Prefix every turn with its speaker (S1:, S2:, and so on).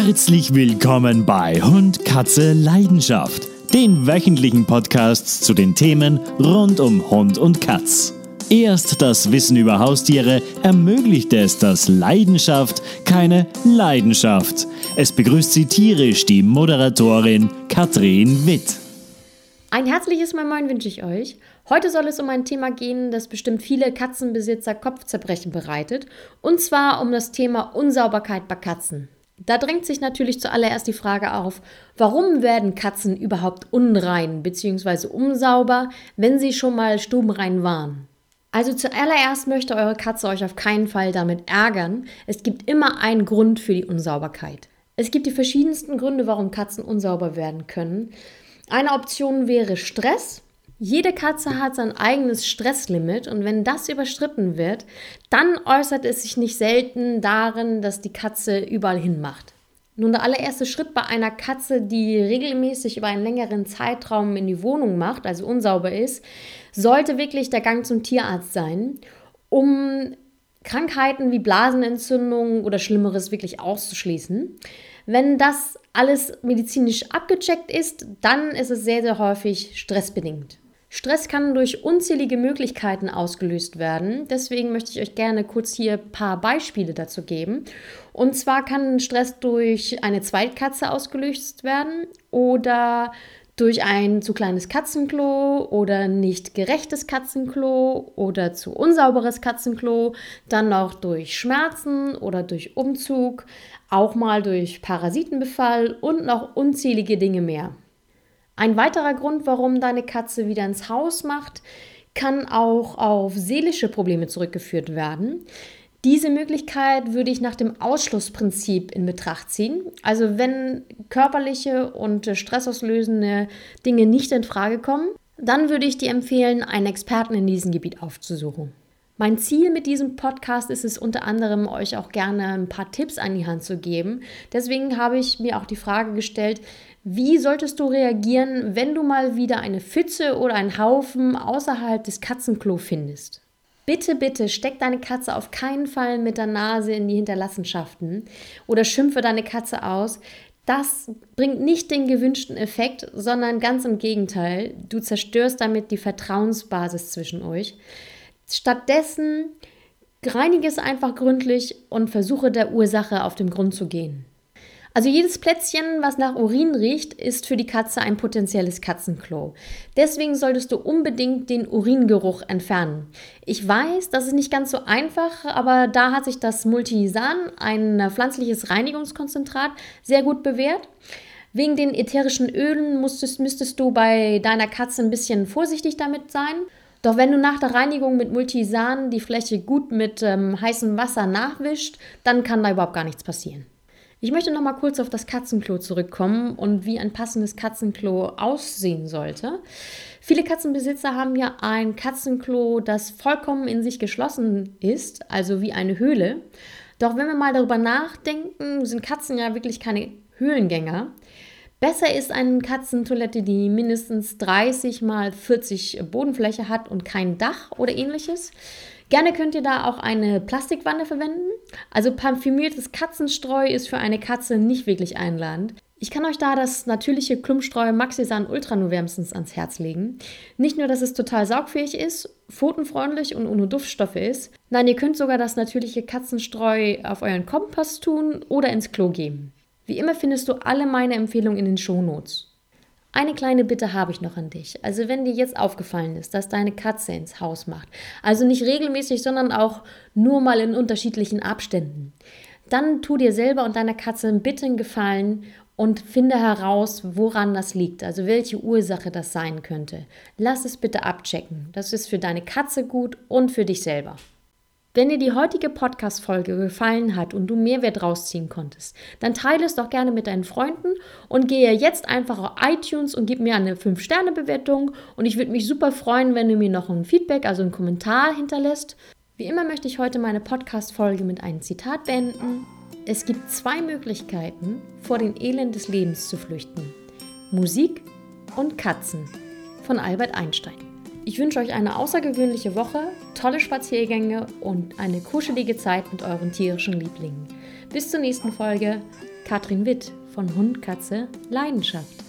S1: Herzlich willkommen bei Hund, Katze, Leidenschaft, den wöchentlichen Podcasts zu den Themen rund um Hund und Katz. Erst das Wissen über Haustiere ermöglicht es, dass Leidenschaft keine Leidenschaft. Es begrüßt Sie tierisch die Moderatorin Katrin Witt.
S2: Ein herzliches Moin wünsche ich euch. Heute soll es um ein Thema gehen, das bestimmt viele Katzenbesitzer Kopfzerbrechen bereitet. Und zwar um das Thema Unsauberkeit bei Katzen. Da drängt sich natürlich zuallererst die Frage auf, warum werden Katzen überhaupt unrein bzw. unsauber, wenn sie schon mal stubenrein waren? Also zuallererst möchte eure Katze euch auf keinen Fall damit ärgern. Es gibt immer einen Grund für die Unsauberkeit. Es gibt die verschiedensten Gründe, warum Katzen unsauber werden können. Eine Option wäre Stress. Jede Katze hat sein eigenes Stresslimit und wenn das überschritten wird, dann äußert es sich nicht selten darin, dass die Katze überall hinmacht. Nun, der allererste Schritt bei einer Katze, die regelmäßig über einen längeren Zeitraum in die Wohnung macht, also unsauber ist, sollte wirklich der Gang zum Tierarzt sein, um Krankheiten wie Blasenentzündungen oder Schlimmeres wirklich auszuschließen. Wenn das alles medizinisch abgecheckt ist, dann ist es sehr, sehr häufig stressbedingt. Stress kann durch unzählige Möglichkeiten ausgelöst werden. Deswegen möchte ich euch gerne kurz hier ein paar Beispiele dazu geben. Und zwar kann Stress durch eine Zweitkatze ausgelöst werden oder durch ein zu kleines Katzenklo oder nicht gerechtes Katzenklo oder zu unsauberes Katzenklo, dann noch durch Schmerzen oder durch Umzug, auch mal durch Parasitenbefall und noch unzählige Dinge mehr. Ein weiterer Grund, warum deine Katze wieder ins Haus macht, kann auch auf seelische Probleme zurückgeführt werden. Diese Möglichkeit würde ich nach dem Ausschlussprinzip in Betracht ziehen. Also wenn körperliche und stressauslösende Dinge nicht in Frage kommen, dann würde ich dir empfehlen, einen Experten in diesem Gebiet aufzusuchen. Mein Ziel mit diesem Podcast ist es unter anderem, euch auch gerne ein paar Tipps an die Hand zu geben. Deswegen habe ich mir auch die Frage gestellt, wie solltest du reagieren, wenn du mal wieder eine Pfütze oder einen Haufen außerhalb des Katzenklos findest? Bitte, bitte steck deine Katze auf keinen Fall mit der Nase in die Hinterlassenschaften oder schimpfe deine Katze aus. Das bringt nicht den gewünschten Effekt, sondern ganz im Gegenteil. Du zerstörst damit die Vertrauensbasis zwischen euch. Stattdessen reinige es einfach gründlich und versuche der Ursache auf den Grund zu gehen. Also jedes Plätzchen, was nach Urin riecht, ist für die Katze ein potenzielles Katzenklo. Deswegen solltest du unbedingt den Uringeruch entfernen. Ich weiß, das ist nicht ganz so einfach, aber da hat sich das Multisan, ein pflanzliches Reinigungskonzentrat, sehr gut bewährt. Wegen den ätherischen Ölen müsstest du bei deiner Katze ein bisschen vorsichtig damit sein. Doch wenn du nach der Reinigung mit Multisan die Fläche gut mit heißem Wasser nachwischt, dann kann da überhaupt gar nichts passieren. Ich möchte noch mal kurz auf das Katzenklo zurückkommen und wie ein passendes Katzenklo aussehen sollte. Viele Katzenbesitzer haben ja ein Katzenklo, das vollkommen in sich geschlossen ist, also wie eine Höhle. Doch wenn wir mal darüber nachdenken, sind Katzen ja wirklich keine Höhlengänger. Besser ist eine Katzentoilette, die mindestens 30 x 40 Bodenfläche hat und kein Dach oder ähnliches. Gerne könnt ihr da auch eine Plastikwanne verwenden. Also parfümiertes Katzenstreu ist für eine Katze nicht wirklich einladend. Ich kann euch da das natürliche Klumpstreu Maxisan Ultra nur wärmstens ans Herz legen. Nicht nur, dass es total saugfähig ist, pfotenfreundlich und ohne Duftstoffe ist. Nein, ihr könnt sogar das natürliche Katzenstreu auf euren Kompost tun oder ins Klo geben. Wie immer findest du alle meine Empfehlungen in den Shownotes. Eine kleine Bitte habe ich noch an dich. Also wenn dir jetzt aufgefallen ist, dass deine Katze ins Haus macht, also nicht regelmäßig, sondern auch nur mal in unterschiedlichen Abständen, dann tu dir selber und deiner Katze bitte einen Gefallen und finde heraus, woran das liegt, also welche Ursache das sein könnte. Lass es bitte abchecken. Das ist für deine Katze gut und für dich selber. Wenn dir die heutige Podcast-Folge gefallen hat und du Mehrwert rausziehen konntest, dann teile es doch gerne mit deinen Freunden und gehe jetzt einfach auf iTunes und gib mir eine 5-Sterne-Bewertung und ich würde mich super freuen, wenn du mir noch ein Feedback, also einen Kommentar hinterlässt. Wie immer möchte ich heute meine Podcast-Folge mit einem Zitat beenden. Es gibt 2 Möglichkeiten, vor den Elend des Lebens zu flüchten. Musik und Katzen von Albert Einstein. Ich wünsche euch eine außergewöhnliche Woche, tolle Spaziergänge und eine kuschelige Zeit mit euren tierischen Lieblingen. Bis zur nächsten Folge. Katrin Witt von Hund, Katze, Leidenschaft.